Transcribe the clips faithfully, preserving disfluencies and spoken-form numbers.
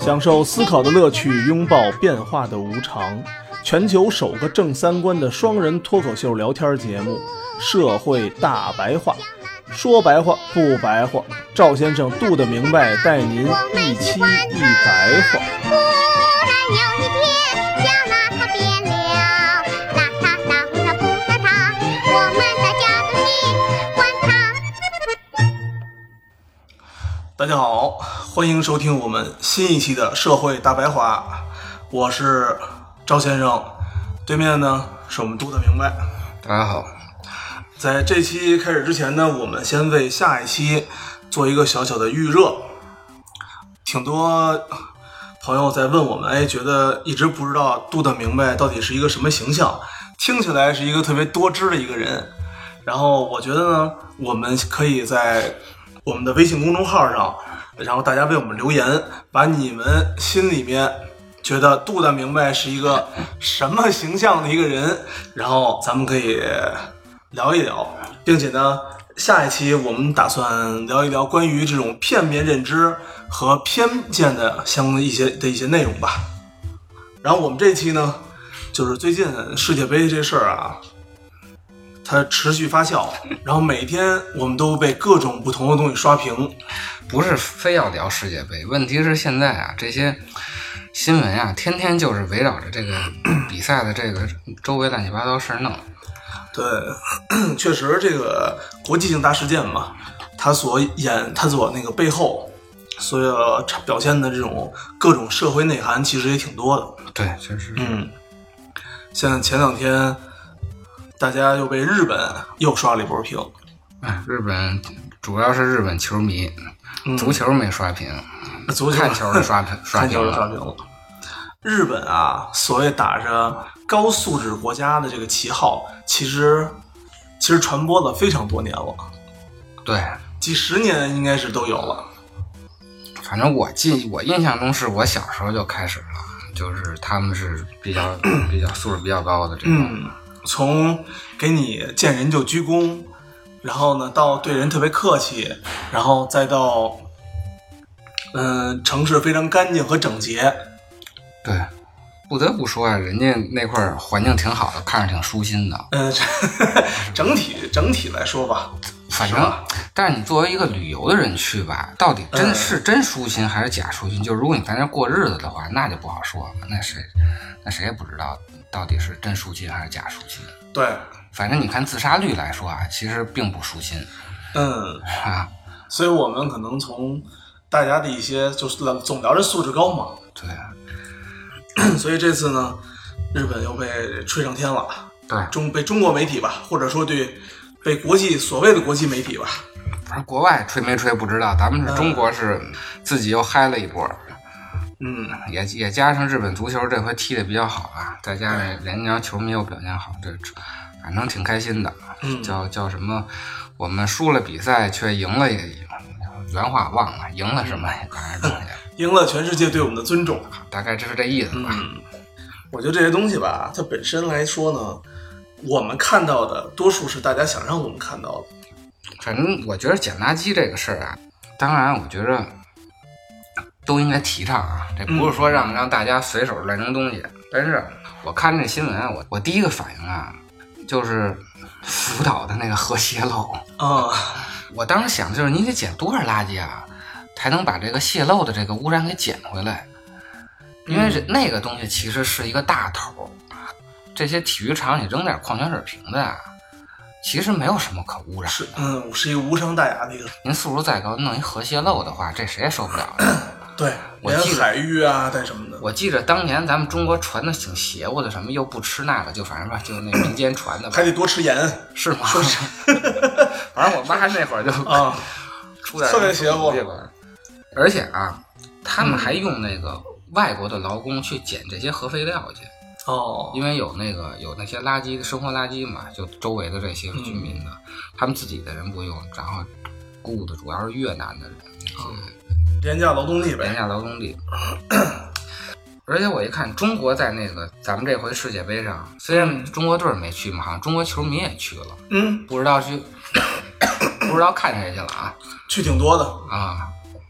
享受思考的乐趣，拥抱变化的无常。全球首个正三观的双人脱口秀聊天节目《社会大白话》，说白话不白话，赵先生度的明白，带您一期一白话。 忽然有一天，小邋遢变了，邋遢邋遢不邋遢，我们大家都喜欢他。 大家好，欢迎收听我们新一期的《社会大白话》，我是赵先生，对面呢是我们度的明白。 大家好。 在这期开始之前呢，我们先为下一期做一个小小的预热。挺多朋友在问我们，哎，觉得一直不知道度的明白到底是一个什么形象，听起来是一个特别多汁的一个人。然后我觉得呢，我们可以在我们的微信公众号上，然后大家为我们留言，把你们心里面觉得度的明白是一个什么形象的一个人，然后咱们可以聊一聊，并且呢，下一期我们打算聊一聊关于这种片面认知和偏见的相一些的一些内容吧。然后我们这一期呢，就是最近世界杯这事儿啊，它持续发酵，然后每天我们都被各种不同的东西刷屏。 不是非要聊世界杯，问题是现在啊，这些新闻啊，天天就是围绕着这个比赛的这个周围乱七八糟事儿弄。 对，确实这个国际性大事件嘛，它所演它所那个背后所有表现的这种各种社会内涵其实也挺多的。 对，确实是。嗯， 像前两天大家又被日本又刷了一波屏。 哎，日本主要是日本球迷， 嗯、 足球没刷屏， 足球看球的刷屏， 看球的刷屏了。日本啊，所谓打着高素质国家的这个旗号，其实其实传播了非常多年了。 对， 几十年应该是都有了。 反正我记我印象中是我小时候就开始了，就是他们是比较比较素质比较高的这种。 嗯，从给你见人就鞠躬，然后呢到对人特别客气，然后再到嗯、呃、城市非常干净和整洁。 对，不得不说啊，人家那块环境挺好的，看着挺舒心的。 嗯、呃，整体整体来说吧， 反正，但是你作为一个旅游的人去吧，到底真是真舒心还是假舒心？就如果你在那过日子的话，那就不好说了。那谁，那谁也不知道到底是真舒心还是假舒心。 对， 反正你看自杀率来说啊，其实并不舒心。 嗯啊， 所以我们可能从大家的一些就是总聊着素质高嘛。 对。 所以这次呢，日本又被吹上天了。 对， 中被中国媒体吧，或者说对被国际所谓的国际媒体吧， 反正国外吹没吹不知道，咱们是中国是自己又嗨了一波。 嗯， 也也加上日本足球这回踢得比较好啊，再加上人家球迷又表现好，这反正挺开心的。 嗯， 叫叫什么？我们输了比赛却赢了，原话忘了，赢了什么？反正赢了全世界对我们的尊重， 大概这是这意思吧。 嗯，我觉得这些东西吧，它本身来说呢，我们看到的多数是大家想让我们看到的。 反正我觉得捡垃圾这个事儿啊，当然我觉得都应该提倡啊，这不是说让、嗯、让大家随手乱扔东西。但是我看这新闻啊，我我第一个反应啊，就是福岛的那个核泄漏啊、 嗯， 我当时想的就是你得捡多少垃圾啊，才能把这个泄漏的这个污染给捡回来。因为这那个东西其实是一个大头，这些体育场你扔点矿泉水瓶子啊，其实没有什么可污染的。 是，嗯，是一个无伤大雅的一个。 您素质再高，弄一核泄漏的话，这谁也受不了的。 对， 我记海域啊，带什么的。 我记着当年咱们中国传的挺邪乎的，什么又不吃那个，就反正吧，就那民间传的吧。 还得多吃盐， 是吗？ 说是， 反正我妈那会儿就啊， 出点特别邪乎。 而且啊，他们还用那个外国的劳工去捡这些核废料去。 哦， 因为有那个有那些垃圾生活垃圾嘛，就周围的这些居民的、嗯，他们自己的人不用，然后雇的主要是越南的人， 嗯、廉价劳动力呗， 廉价劳动力。而且我一看，中国在那个咱们这回世界杯上，虽然中国队没去嘛，好像中国球迷也去了， 嗯， 不知道去，不知道看谁去了啊？ 去挺多的啊。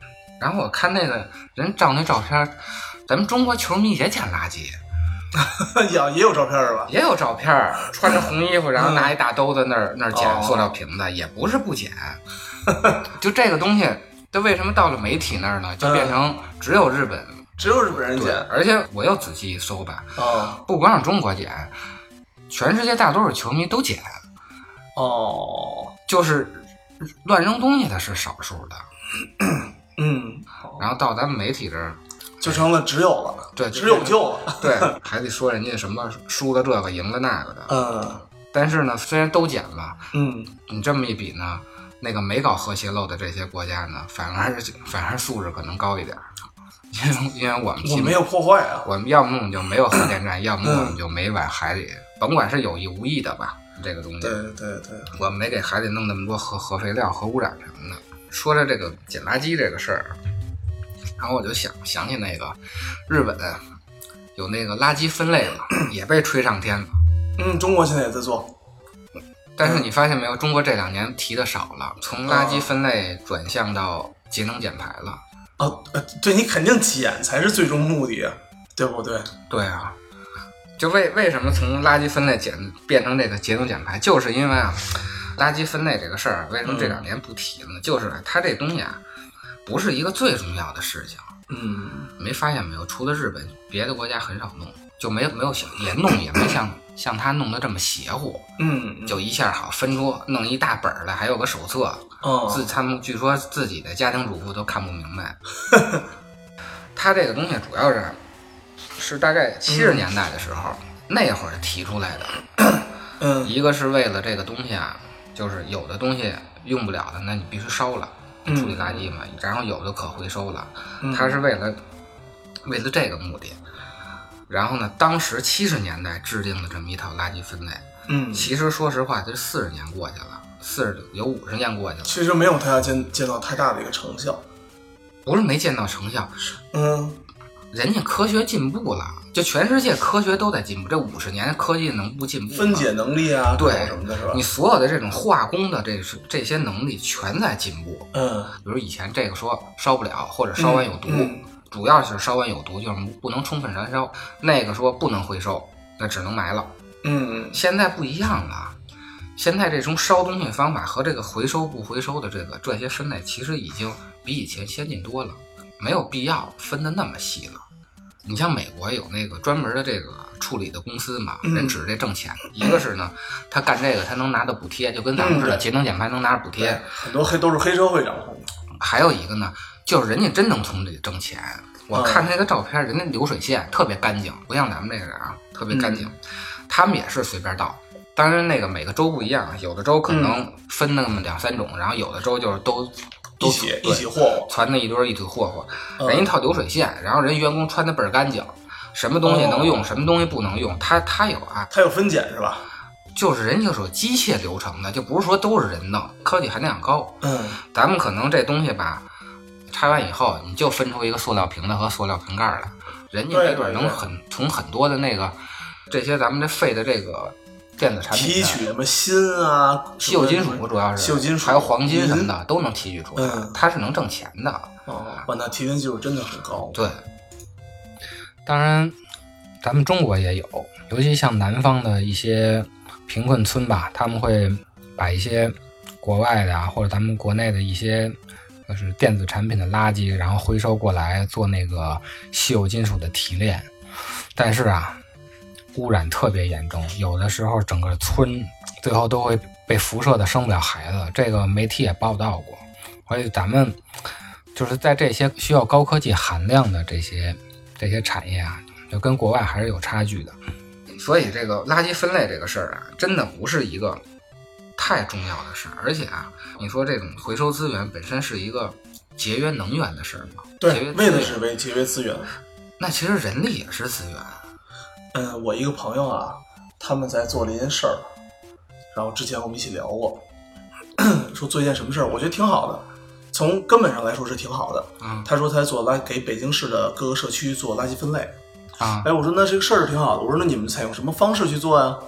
然后我看那个人照那照片，咱们中国球迷也捡垃圾。 也也有照片是吧？ 也有照片，穿着红衣服，然后拿一大兜子那儿那儿捡塑料瓶子， 哦、 也不是不捡。就这个东西，这为什么到了媒体那儿呢？就变成只有日本，嗯、 只有日本人捡。 而且我又仔细一搜吧， 哦， 不光是中国捡，全世界大多数球迷都捡。 哦， 就是乱扔东西的是少数的。 嗯， 然后到咱们媒体这儿。 就成了只有了， 对， 只有救了， 对，还得说人家什么输了这个赢了那个的， 嗯， 但是呢，虽然都减了， 嗯， 你这么一比呢，那个没搞核泄漏的这些国家呢，反而是反而素质可能高一点，因为因为我们我没有破坏啊， 我们要么我们就没有核电站，要么我们就没往海里，甭管是有意无意的吧，这个东西， 对对对， 我们没给海里弄那么多核核废料、核污染什么的。说着这个捡垃圾这个事儿。然后我就想想起那个日本有那个垃圾分类了，也被吹上天了。 嗯，中国现在也在做， 但是你发现没有，中国这两年提的少了，从垃圾分类转向到节能减排了。 哦，对，你肯定减才是最终目的，对不对？ 对啊，就为为什么从垃圾分类减变成这个节能减排，就是因为啊，垃圾分类这个事儿为什么这两年不提了呢？嗯、就是它这东西啊。不是一个最重要的事情， 嗯， 没发现没有？除了日本，别的国家很少弄，就没有没有想也弄，也没像像他弄得这么邪乎， 嗯， 就一下好分出弄一大本来，还有个手册， 哦， 自他们据说自己的家庭主妇都看不明白。他这个东西主要是是大概七十年代的时候、嗯、那会儿提出来的， 嗯， 一个是为了这个东西啊，就是有的东西用不了的，那你必须烧了。处理垃圾嘛，然后有的可回收了，它是为了为了这个目的。然后呢，当时七十年代制定了这么一套垃圾分类， 嗯， 其实说实话，这四十年过去了，四十有五十年过去了， 其实没有太见见到太大的一个成效， 不是没见到成效， 嗯， 人家科学进步了。就全世界科学都在进步，这五十年科技能不进步吗？ 分解能力啊， 对什么的是吧？ 你所有的这种化工的这这些能力全在进步。 嗯， 比如以前这个说烧不了，或者烧完有毒， 嗯嗯、 主要是烧完有毒，就是不能充分燃烧。那个说不能回收，那只能埋了。 嗯， 现在不一样了，现在这种烧东西方法和这个回收不回收的这个这些分类，其实已经比以前先进多了，没有必要分得那么细了。你像美国有那个专门的这个处理的公司嘛， 嗯、 人指着这挣钱。一个是呢，他干这个他能拿到补贴，就跟咱们似的，节能减排能拿着补贴。 很多黑都是黑社会掌控。 还有一个呢，就是人家真能从这里挣钱。我看那个照片，人家流水线特别干净，不像咱们这个啊，特别干净。嗯、他们也是随便倒，当然那个每个州不一样，有的州可能分那么两三种，嗯、然后有的州就是都。 一起一起霍霍， 传的一堆一堆霍霍，人一套流水线，然后人员工穿的倍儿干净，什么东西能用，哦、什么东西不能用，他他有啊， 他有分拣是吧？ 就是人家就是机械流程的，就不是说都是人弄，科技含量高。 嗯， 咱们可能这东西吧，拆完以后你就分出一个塑料瓶子和塑料瓶盖来，人家没准能很从很多的那个这些咱们这废的这个。电子产品提取什么锌啊， 稀有金属主要是稀有金属， 还有黄金什么的都能提取出来， 嗯、 它是能挣钱的。 哦，哇，那提炼技术真的很高。 对，当然，咱们中国也有，尤其像南方的一些贫困村吧，他们会把一些国外的啊，或者咱们国内的一些就是电子产品的垃圾，然后回收过来做那个稀有金属的提炼，但是啊。污染特别严重，有的时候整个村最后都会被辐射的生不了孩子，这个媒体也报道过。所以咱们就是在这些需要高科技含量的这些这些产业啊，就跟国外还是有差距的。所以这个垃圾分类这个事儿啊，真的不是一个太重要的事儿，而且啊，你说这种回收资源本身是一个节约能源的事儿嘛？ 对，为的是为节约资源。 那其实人力也是资源。 嗯，我一个朋友啊，他们在做了一件事儿，然后之前我们一起聊过，说做一件什么事儿，我觉得挺好的，从根本上来说是挺好的。 嗯， 他说他在做垃给北京市的各个社区做垃圾分类。 啊， 哎，我说那这个事儿挺好的，我说那你们采用什么方式去做呀？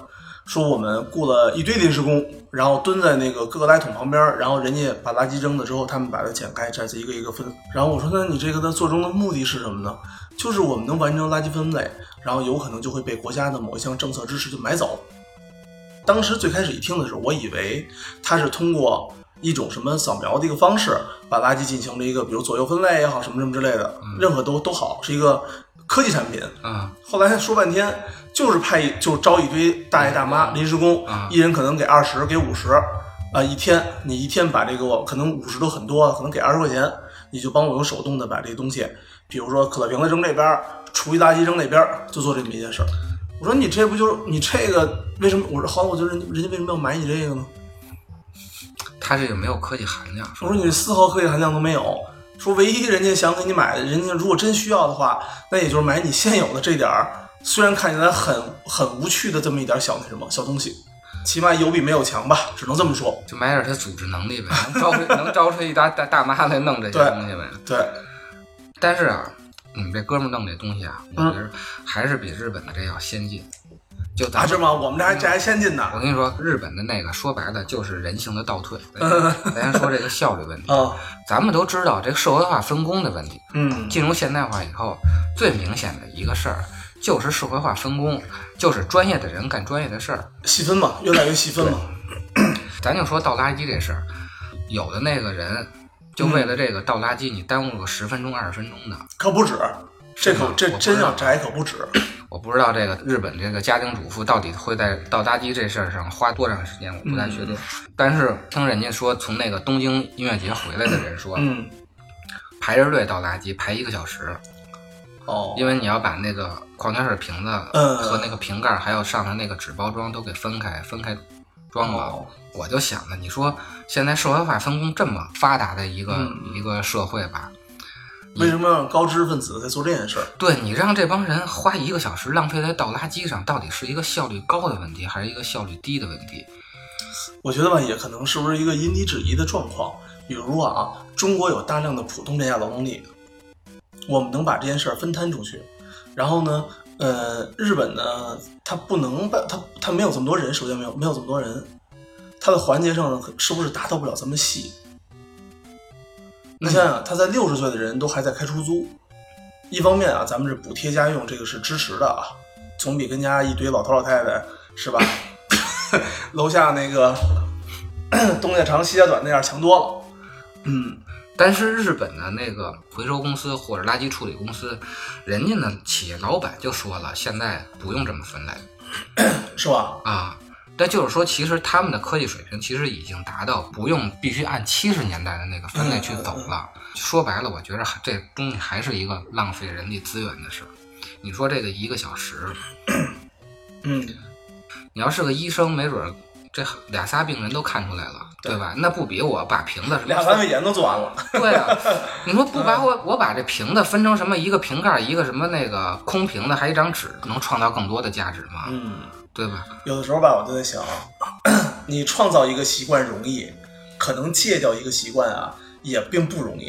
说我们雇了一堆临时工，然后蹲在那个各个垃圾桶旁边，然后人家把垃圾扔了之后，他们把它捡开，再一个一个分。然后我说，那你这个的最终的目的是什么呢？就是我们能完成垃圾分类，然后有可能就会被国家的某一项政策支持就买走。当时最开始一听的时候，我以为他是通过一种什么扫描的一个方式，把垃圾进行了一个比如左右分类也好，什么什么之类的，任何都都好，是一个科技产品。 嗯， 后来说半天，就是派一就招一堆大爷大妈、临时工， 嗯、 一人可能给二十，给五十，啊，一天你一天把这个可能五十都很多，可能给二十块钱，你就帮我用手动的把这个东西，比如说可乐瓶子扔这边，厨余垃圾扔那边，就做这么一件事儿。我说你这不就是你这个为什么？我说好，我觉得人人家为什么要买你这个呢？ 他这个没有科技含量。 我说你丝毫科技含量都没有。说唯一人家想给你买的，人家如果真需要的话，那也就是买你现有的这点儿，虽然看起来很很无趣的这么一点小那什么小东西，起码有比没有强吧，只能这么说。 就买点他组织能力呗，能招出能招出一大大大妈来弄这些东西呗。 对。 但是啊，你这哥们弄这东西啊，我觉得还是比日本的这要先进。就咱啊，是吗？我们这还这还先进呢。 我跟你说，日本的那个说白了就是人性的倒退。咱说这个效率问题， 嗯、 咱们都知道这个社会化分工的问题。 嗯， 进入现代化以后，最明显的一个事儿就是社会化分工，就是专业的人干专业的事儿， 细分嘛，越来越细分嘛。 咱就说倒垃圾这事儿，有的那个人就为了这个倒垃圾，你耽误个十分钟、二十分钟的， 可不止。这可这真要摘可不止。 我不知道这个日本这个家庭主妇到底会在倒垃圾这事儿上花多长时间，我不太确定。嗯、但是听人家说，从那个东京音乐节回来的人说， 嗯， 排着队倒垃圾排一个小时。 哦， 因为你要把那个矿泉水瓶子和那个瓶盖，还有上的那个纸包装都给分开，分开装了。哦、我就想着，你说现在社会化分工这么发达的一个、嗯、一个社会吧。 为什么让高知识分子在做这件事儿？ 对，你让这帮人花一个小时浪费在倒垃圾上，到底是一个效率高的问题，还是一个效率低的问题？ 我觉得吧，也可能是不是一个因地制宜的状况。比如啊，中国有大量的普通廉价劳动力，我们能把这件事儿分摊出去。然后呢，呃，日本呢，它不能把它它没有这么多人，首先没有没有这么多人，它的环节上呢，是不是达到不了这么细？你想想，他在六十岁的人都还在开出租，一方面啊，咱们是补贴家用，这个是支持的啊，总比跟家一堆老头老太太是吧？楼下那个东家长西家短那样强多了。嗯， 但是日本的那个回收公司或者垃圾处理公司，人家呢企业老板就说了，现在不用这么分类， 是吧？ 啊。但就是说，其实他们的科技水平其实已经达到不用必须按七十年代的那个分类去走了。嗯、说白了，我觉得这东西还是一个浪费人力资源的事。你说这个一个小时， 嗯， 你要是个医生，没准这俩仨病人都看出来了，对, 对吧？那不比我把瓶子俩阑尾炎都做完了？ 对啊，你说不把我我把这瓶子分成什么一个瓶盖，一个什么那个空瓶子，还一张纸，能创造更多的价值吗？ 嗯。 对吧？ 有的时候吧，我就在想，你创造一个习惯容易，可能戒掉一个习惯啊，也并不容易。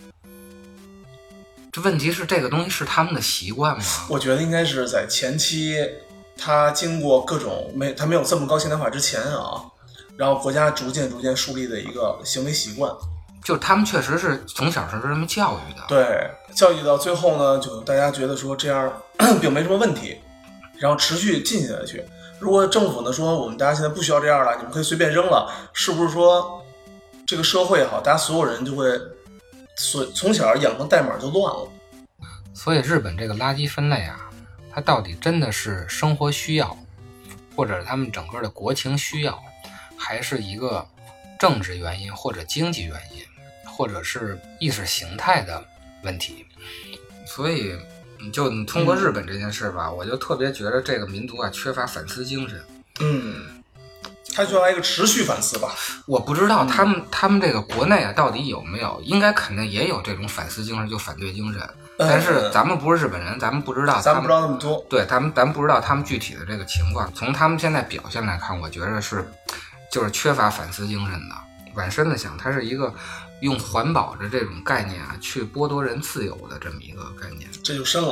这问题是这个东西是他们的习惯吗？ 我觉得应该是在前期，他经过各种没他没有这么高现代化之前啊，然后国家逐渐逐渐树立的一个行为习惯。 就他们确实是从小是这么教育的。 对，教育到最后呢，就大家觉得说这样并没什么问题。然后持续进行下去。如果政府呢说我们大家现在不需要这样了，你们可以随便扔了，是不是说这个社会也好，大家所有人就会所从小养成代码就乱了？ 所以日本这个垃圾分类啊，它到底真的是生活需要，或者他们整个的国情需要，还是一个政治原因或者经济原因，或者是意识形态的问题？所以就你通过日本这件事吧、嗯，我就特别觉得这个民族啊缺乏反思精神。 嗯，他需要一个持续反思吧。 我不知道他们、嗯、他们这个国内啊到底有没有，应该肯定也有这种反思精神，就反对精神。 嗯、 但是咱们不是日本人，咱们不知道， 咱们不知道那么多。 对，咱们咱们不知道他们具体的这个情况。从他们现在表现来看，我觉得是就是缺乏反思精神的。往深的想，它是一个用环保的这种概念啊，去剥夺人自由的这么一个概念， 这就深了啊。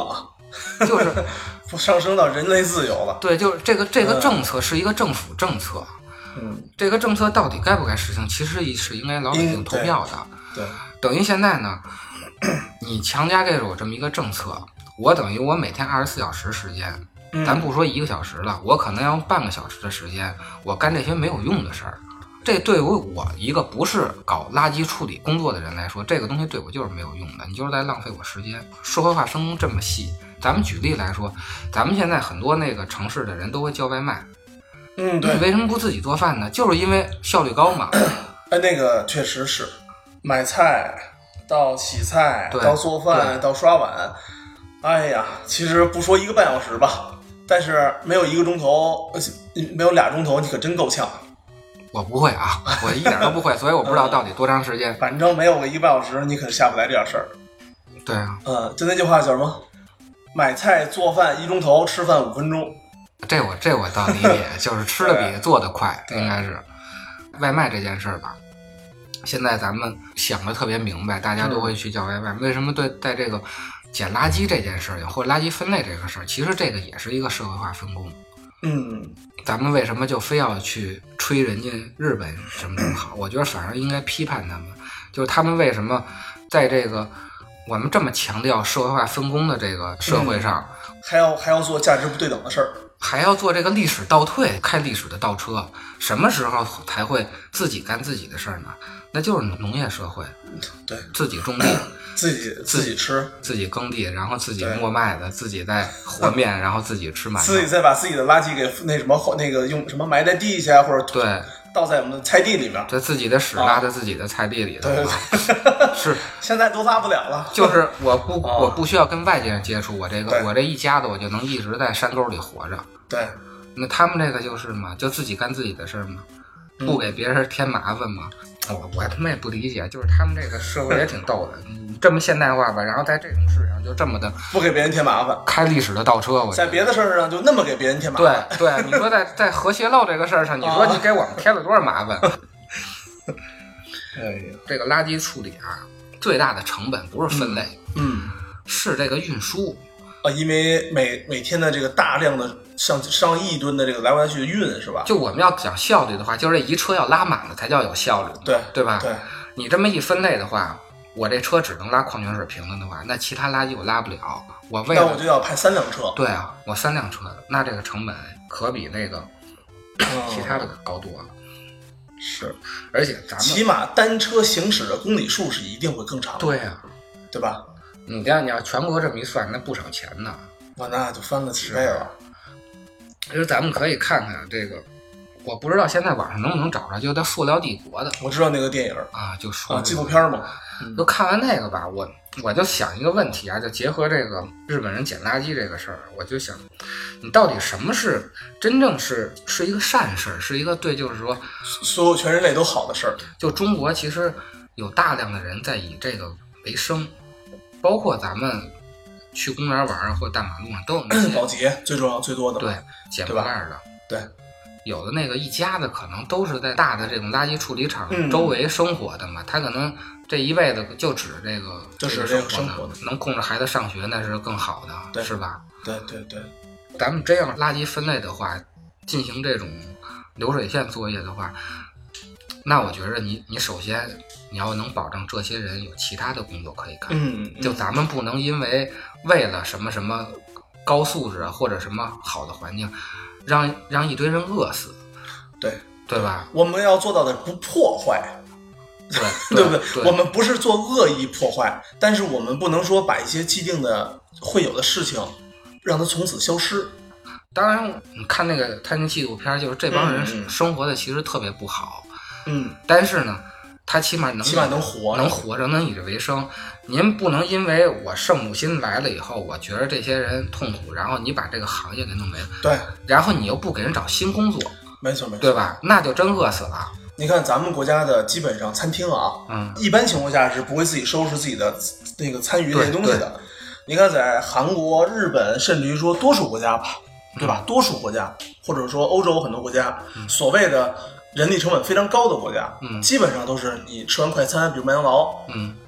就是不上升到人类自由了。 对，就是这个这个政策是一个政府政策， 嗯， 这个政策到底该不该实行，其实是应该老百姓投票的。 对， 等于现在呢，你强加给我这么一个政策，我等于我每天二十四小时时间， 嗯、 咱不说一个小时了，我可能要用半个小时的时间，我干这些没有用的事儿。这对于我一个不是搞垃圾处理工作的人来说，这个东西对我就是没有用的，你就是在浪费我时间。社会化分工这么细，咱们举例来说，咱们现在很多那个城市的人都会叫外卖， 嗯，对， 为什么不自己做饭呢？就是因为效率高嘛。 哎，那个确实是，买菜到洗菜到做饭到刷碗，哎呀，其实不说一个半小时吧，但是没有一个钟头，没有俩钟头，你可真够呛。 我不会啊，我一点都不会，所以我不知道到底多长时间。 反正没有个一个半小时，你可下不来这点事儿。 对啊， 嗯，就那句话叫什么？买菜做饭一钟头，吃饭五分钟。 这我这我倒理解，就是吃的比做的快，应该是。外卖这件事儿吧，现在咱们想的特别明白，大家都会去叫外卖。嗯、为什么对在这个捡垃圾这件事儿或者垃圾分类这个事儿，其实这个也是一个社会化分工。 嗯， 咱们为什么就非要去吹人家日本什么什么好？我觉得反而应该批判他们，就是他们为什么在这个我们这么强调社会化分工的这个社会上， 嗯、还要还要做价值不对等的事儿， 还要做这个历史倒退，开历史的倒车。什么时候才会自己干自己的事儿呢？那就是农业社会， 对， 自己种地。 自己自己吃， 自己耕地，然后自己磨麦子，自己再和面，然后自己吃馒头， 自己再把自己的垃圾给那什么那个用什么埋在地下，或者对倒在我们的菜地里面， 对自己的屎拉在自己的菜地里头， 对对是现在都拉不了了。 就是我不、哦、我不需要跟外界人接触，我这个我这一家子我就能一直在山沟里活着。 对， 那他们这个就是嘛，就自己干自己的事儿嘛，不给别人添麻烦嘛。我、嗯哦、我他妈也不理解，就是他们这个社会也挺逗的。这么现代化吧，然后在这种事上就这么的不给别人添麻烦， 开历史的倒车。我在别的事儿上就那么给别人添麻烦。 对对，你说在在核泄漏这个事儿上，你说你给我们添了多少麻烦？ 哎呀， 这个垃圾处理啊，最大的成本不是分类， 嗯，嗯是这个运输啊，因为每每天的这个大量的上上亿吨的这个来回来去的运是吧？ 就我们要讲效率的话，就是这一车要拉满了才叫有效率， 对对吧？ 对， 你这么一分类的话。我这车只能拉矿泉水瓶子的话，那其他垃圾我拉不了。我为了那我就要派三辆车。 对啊，我三辆车，那这个成本可比那个、嗯、其他的高多了。 是， 而且咱们起码单车行驶的公里数是一定会更长的。 对啊， 对吧？ 你这样你要全国这么一算，那不少钱呢。 哇，那就翻了几倍了。 其实咱们可以看看这个。我不知道现在网上能不能找着，就叫《塑料帝国》的。 我知道那个电影啊，就说、 啊、纪录片嘛。 就看完那个吧，我我就想一个问题啊，就结合这个日本人捡垃圾这个事儿，我就想，你到底什么是真正是是一个善事，是一个对，就是说所有全人类都好的事儿。 就中国其实有大量的人在以这个为生，包括咱们去公园玩或大马路上都有那些保洁最重要最多的， 对，捡破烂的， 对。 有的那个一家子可能都是在大的这种垃圾处理厂周围生活的嘛，嗯、他可能这一辈子就指这个就是这个生活的， 能供着孩子上学那是更好的，是吧？ 对对对， 咱们这样垃圾分类的话，进行这种流水线作业的话，那我觉得你你首先你要能保证这些人有其他的工作可以干， 嗯， 就咱们不能因为为了什么什么高素质或者什么好的环境。让让一堆人饿死， 对对吧？ 我们要做到的不破坏， 对对不对？ 对？我们不是做恶意破坏，但是我们不能说把一些既定的会有的事情让它从此消失。 当然，你看那个他那纪录片，就是这帮人生活的其实特别不好， 嗯， 但是呢，他起码能起码能活能活着，能以这为生。您不能因为我圣母心来了以后，我觉得这些人痛苦，然后你把这个行业给弄没了， 对， 然后你又不给人找新工作， 没错没错， 对吧？那就真饿死了。 你看咱们国家的基本上餐厅啊， 嗯， 一般情况下是不会自己收拾自己的那个餐余这些东西的。你看在韩国、日本，甚至于说多数国家吧，对吧？嗯、多数国家或者说欧洲很多国家，嗯、所谓的人力成本非常高的国家， 嗯， 基本上都是你吃完快餐，比如麦当劳， 嗯。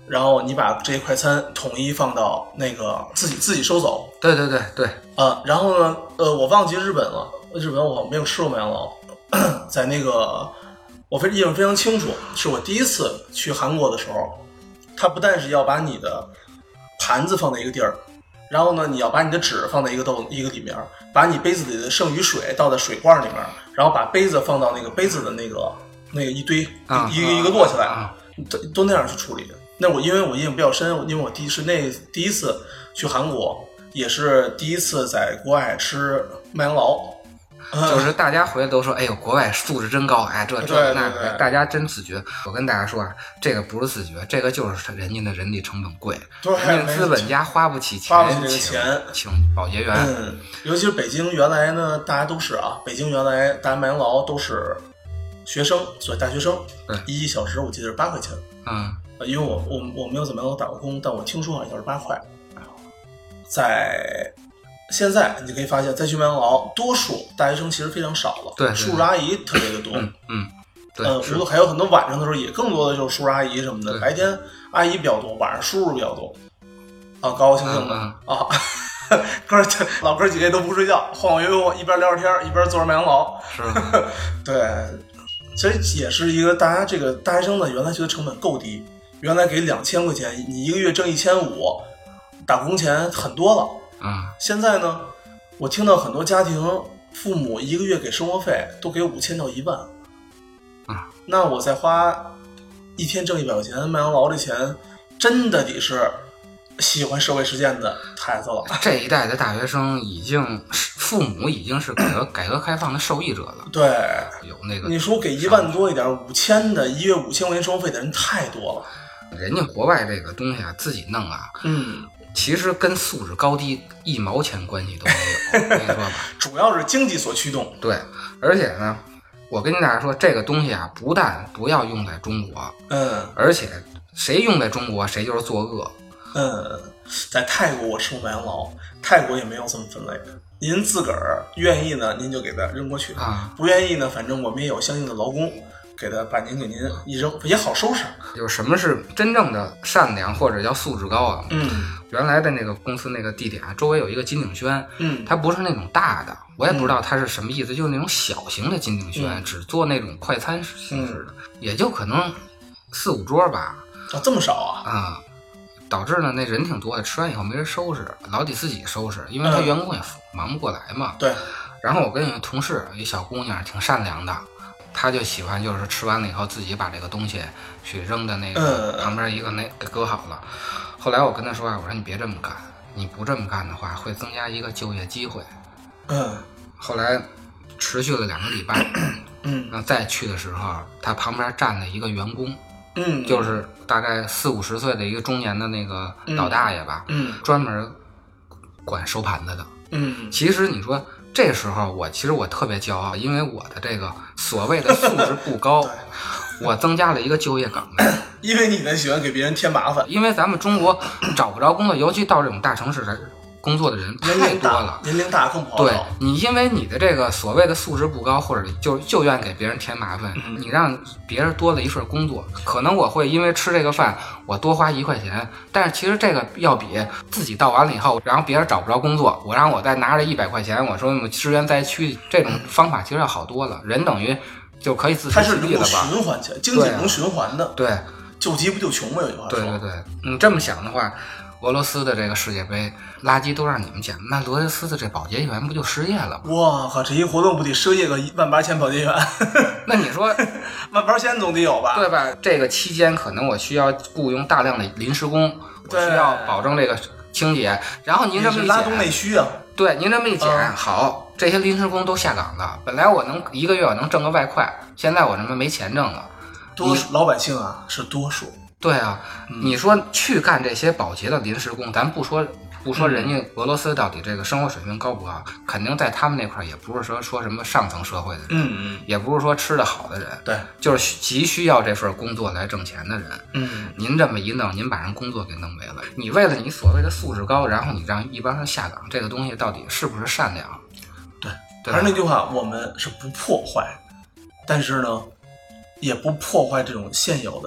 然后你把这些快餐统一放到那个自己自己收走。 对对对对， 呃，然后呢，呃，我忘记日本了，日本我没有吃过麦当劳，在那个我非印象非常清楚，是我第一次去韩国的时候，它不但是要把你的盘子放在一个地儿，然后呢，你要把你的纸放在一个豆一个里面，把你杯子里的剩余水倒在水罐里面，然后把杯子放到那个杯子的那个那个一堆、 啊、 一个一个摞起来， 啊、 都都那样去处理的。那我因为我印象比较深，因为我第是那第一次去韩国，也是第一次在国外吃麦当劳。 就是大家回来都说，哎呦，国外素质真高，哎，这这那个， 大家真自觉。我跟大家说啊，这个不是自觉，这个就是人家的人力成本贵，人家资本家花不起钱， 花不起这个钱请保洁员。 嗯，尤其是北京原来呢，大家都是啊，北京原来大家麦当劳都是学生，所以大学生， 对， 一小时我记得是八块钱。 嗯， 因为我我我没有在麦当劳打过工，但我听说好像是八块。在现在你可以发现，再去麦当劳，多数大学生其实非常少了， 对，对叔叔阿姨特别的多。 嗯嗯，对， 呃，如果还有很多晚上的时候，也更多的就是叔叔阿姨什么的。白天阿姨比较多，晚上叔叔比较多。啊，高高兴兴的、 嗯嗯、啊，哥老哥几个都不睡觉，晃晃悠悠，一边聊着天，一边坐着麦当劳。 是， 对，所以也是一个大家这个大学生呢，原来觉得成本够低，原来给两千块钱，你一个月挣一千五，打工钱很多了。 嗯， 现在呢，我听到很多家庭父母一个月给生活费都给五千到一万， 啊， 那我再花一天挣一百块钱，麦当劳这钱真的得是喜欢社会实践的孩子了。 这一代的大学生已经父母已经是改革改革开放的受益者了。 对， 有那个你说给一万多一点，五千的一月五千块钱生活费的人太多了。 人家国外这个东西啊，自己弄啊， 嗯。 其实跟素质高低一毛钱关系都没有，跟你说吧， 主要是经济所驱动。 对，而且呢，我跟大家说，这个东西啊，不但不要用在中国， 嗯， 而且谁用在中国，谁就是作恶。 嗯，在泰国我吃过麦当劳，泰国也没有这么分类。您自个儿愿意呢，您就给它扔过去啊； 不愿意呢，反正我们也有相应的劳工。给他把您给您一扔也好收拾。 就是什么是真正的善良或者叫素质高啊？ 嗯， 原来的那个公司那个地点周围有一个金鼎轩， 嗯， 它不是那种大的，我也不知道它是什么意思，嗯、就是那种小型的金鼎轩， 嗯、 只做那种快餐形式的，嗯、也就可能四五桌吧。 啊，这么少啊？ 啊、嗯，导致呢那人挺多的，吃完以后没人收拾，老得自己收拾，因为他员工也忙不过来嘛。 嗯、对。 然后我跟一个同事，一小姑娘挺善良的。他就喜欢就是吃完了以后自己把这个东西去扔的那个旁边一个那给搁好了。后来我跟他说啊，我说你别这么干，你不这么干的话会增加一个就业机会。 嗯。 后来持续了两个礼拜， 嗯， 那再去的时候，他旁边站了一个员工， 嗯， 就是大概四五十岁的一个中年的那个老大爷吧， 嗯， 专门管收盘子的。 嗯， 其实你说。这时候我其实我特别骄傲，因为我的这个所谓的素质不高，我增加了一个就业岗位。 因为你呢喜欢给别人添麻烦， 因为咱们中国找不着工作，尤其到这种大城市的工作的人太多了， 年龄大更不好找。对你，因为你的这个所谓的素质不高，或者就就愿给别人添麻烦， 嗯、 你让别人多了一份工作，可能我会因为吃这个饭我多花一块钱，但是其实这个要比自己到完了以后，然后别人找不着工作，我让我再拿着一百块钱，我说我支援灾区，这种方法其实要好多了，人等于就可以自食其力了吧？ 它是能循环起来，经济能循环的。 对， 救急不救穷嘛，有句话说。 对对对，你这么想的话。俄罗斯的这个世界杯垃圾都让你们捡，那俄罗斯的这保洁员不就失业了吗？ 哇靠，这一活动不得失业个万八千保洁员？ 那你说万八千总得有吧？ 对吧？这个期间可能我需要雇佣大量的临时工，我需要保证这个清洁。然后您这么一拉动内需啊？ 对，您这么一减， 嗯、 好，这些临时工都下岗了。本来我能一个月我能挣个外快，现在我他妈没钱挣了。 多数老百姓啊是多数。 对啊，嗯、你说去干这些保洁的临时工，咱不说不说人家俄罗斯到底这个生活水平高不高，嗯、肯定在他们那块也不是说说什么上层社会的人， 嗯嗯， 也不是说吃得好的人， 对， 就是急需要这份工作来挣钱的人。 嗯， 您这么一弄，您把人工作给弄没了，你为了你所谓的素质高，然后你让一帮人下岗，这个东西到底是不是善良？ 对，还是那句话，我们是不破坏，但是呢，也不破坏这种现有的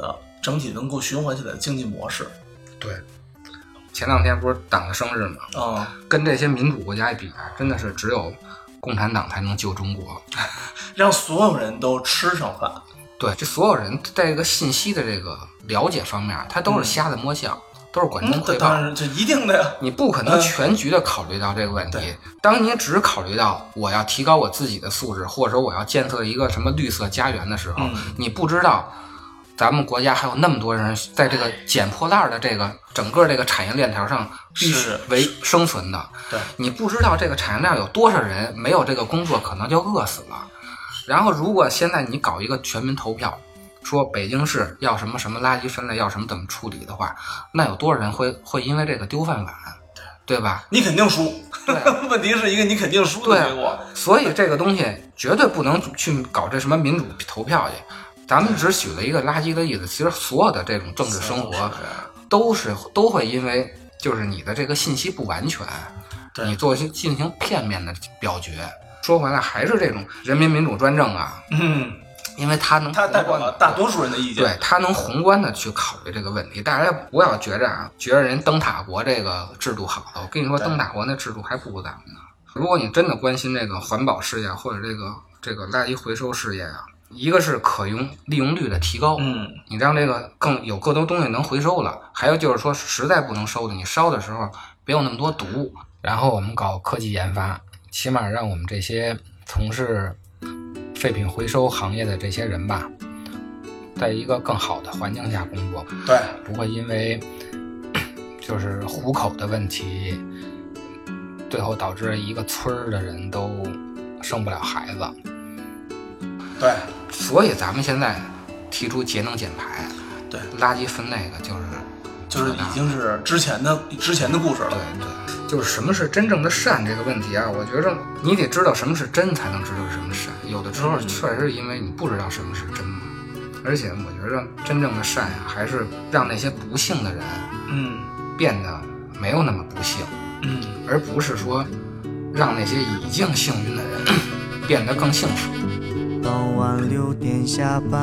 整体能够循环起来的经济模式。 对，前两天不是党的生日嘛， 啊、嗯， 跟这些民主国家一比，真的是只有共产党才能救中国， 让所有人都吃上饭。 对，这所有人在这个信息的这个了解方面，他都是瞎子摸象。嗯，都是管中窥豹， 当然这一定的呀。 你不可能全局的考虑到这个问题。嗯、当你只考虑到我要提高我自己的素质，或者说我要建设一个什么绿色家园的时候，嗯、你不知道咱们国家还有那么多人在这个捡破烂的这个整个这个产业链条上必须为生存的。 对， 你不知道这个产业链有多少人没有这个工作，可能就饿死了。然后，如果现在你搞一个全民投票，说北京市要什么什么垃圾分类，要什么怎么处理的话，那有多少人会会因为这个丢饭碗，对吧？ 你肯定输。 对、啊， 问题是一个你肯定输的结果。 所以这个东西绝对不能去搞这什么民主投票去。咱们只举了一个垃圾的例子，其实所有的这种政治生活都是都会因为就是你的这个信息不完全，你做进行片面的表决。说回来，还是这种人民民主专政啊， 嗯。 因为他能他代表了大多数人的意见， 对，他能宏观的去考虑这个问题。大家不要觉着啊，觉着人灯塔国这个制度好了，我跟你说，灯塔国那制度还不如咱们呢。如果你真的关心这个环保事业或者这个这个垃圾回收事业啊，一个是可用利用率的提高， 嗯， 你让这个更有更多东西能回收了。还有就是说，实在不能收的，你烧的时候别有那么多毒。然后我们搞科技研发，起码让我们这些从事废品回收行业的这些人吧，在一个更好的环境下工作， 对， 不会因为就是糊口的问题，最后导致一个村儿的人都生不了孩子。 对， 所以咱们现在提出节能减排， 对， 垃圾分类的就是就是已经是之前的之前的故事了。 对对，就是什么是真正的善这个问题啊，我觉着你得知道什么是真，才能知道什么是善。有的时候确实是因为你不知道什么是真嘛。而且我觉着真正的善呀、啊，还是让那些不幸的人， 嗯， 变得没有那么不幸， 嗯， 而不是说让那些已经幸运的人变得更幸福。 傍晚六点下班，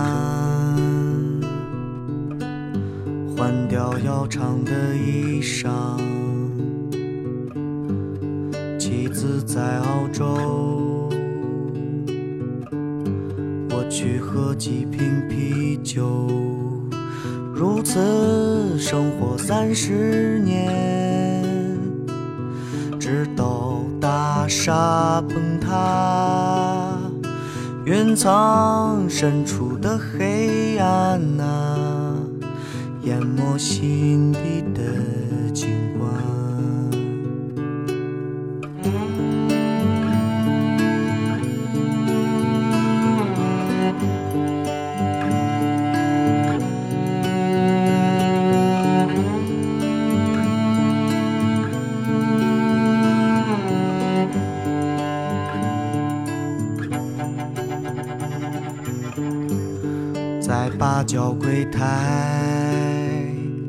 换掉要长的衣裳，妻子在澳洲，我去喝几瓶啤酒，如此生活三十年，直到大厦崩塌，云层深处的黑暗啊，淹没心底的景观。在八角柜台，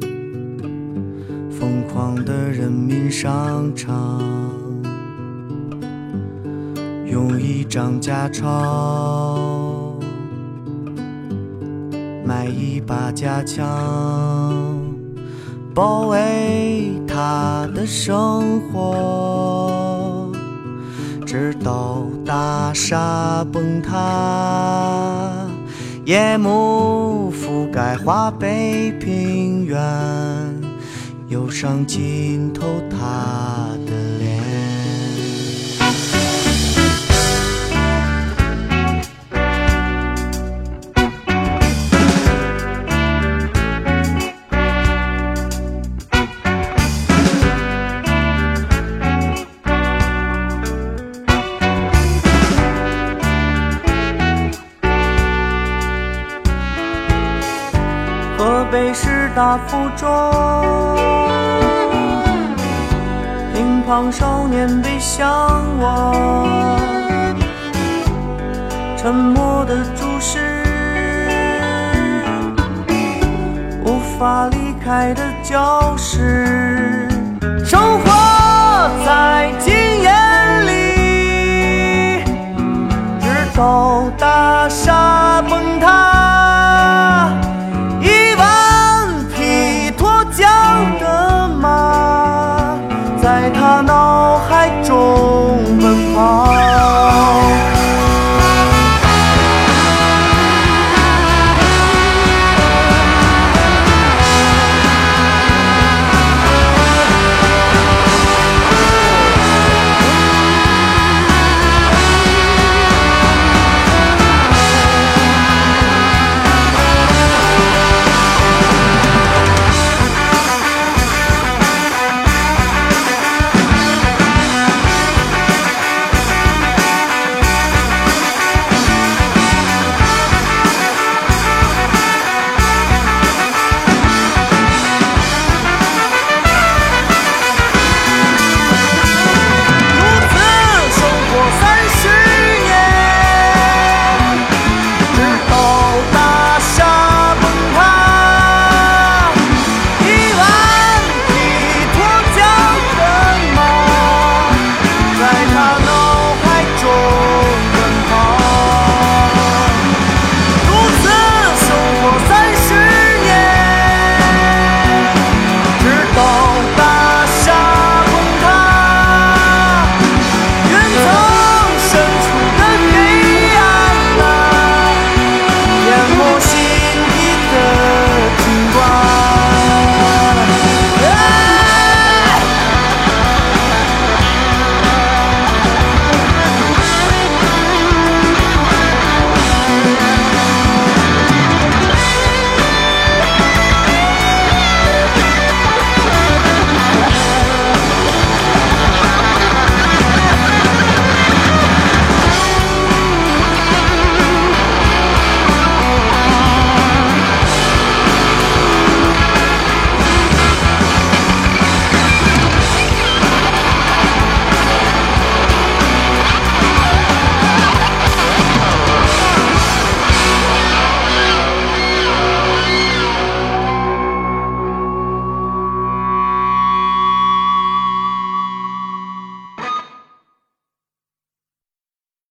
疯狂的人民商场，用一张假钞买一把假枪，保卫他的生活，直到大厦崩塌，夜幕覆盖华北平原，忧伤浸透他的脸。河北师大附中，乒乓少年背向我，沉默的注视，无法离开的教室，生活在经验里，直到大厦崩塌，一万他脑海中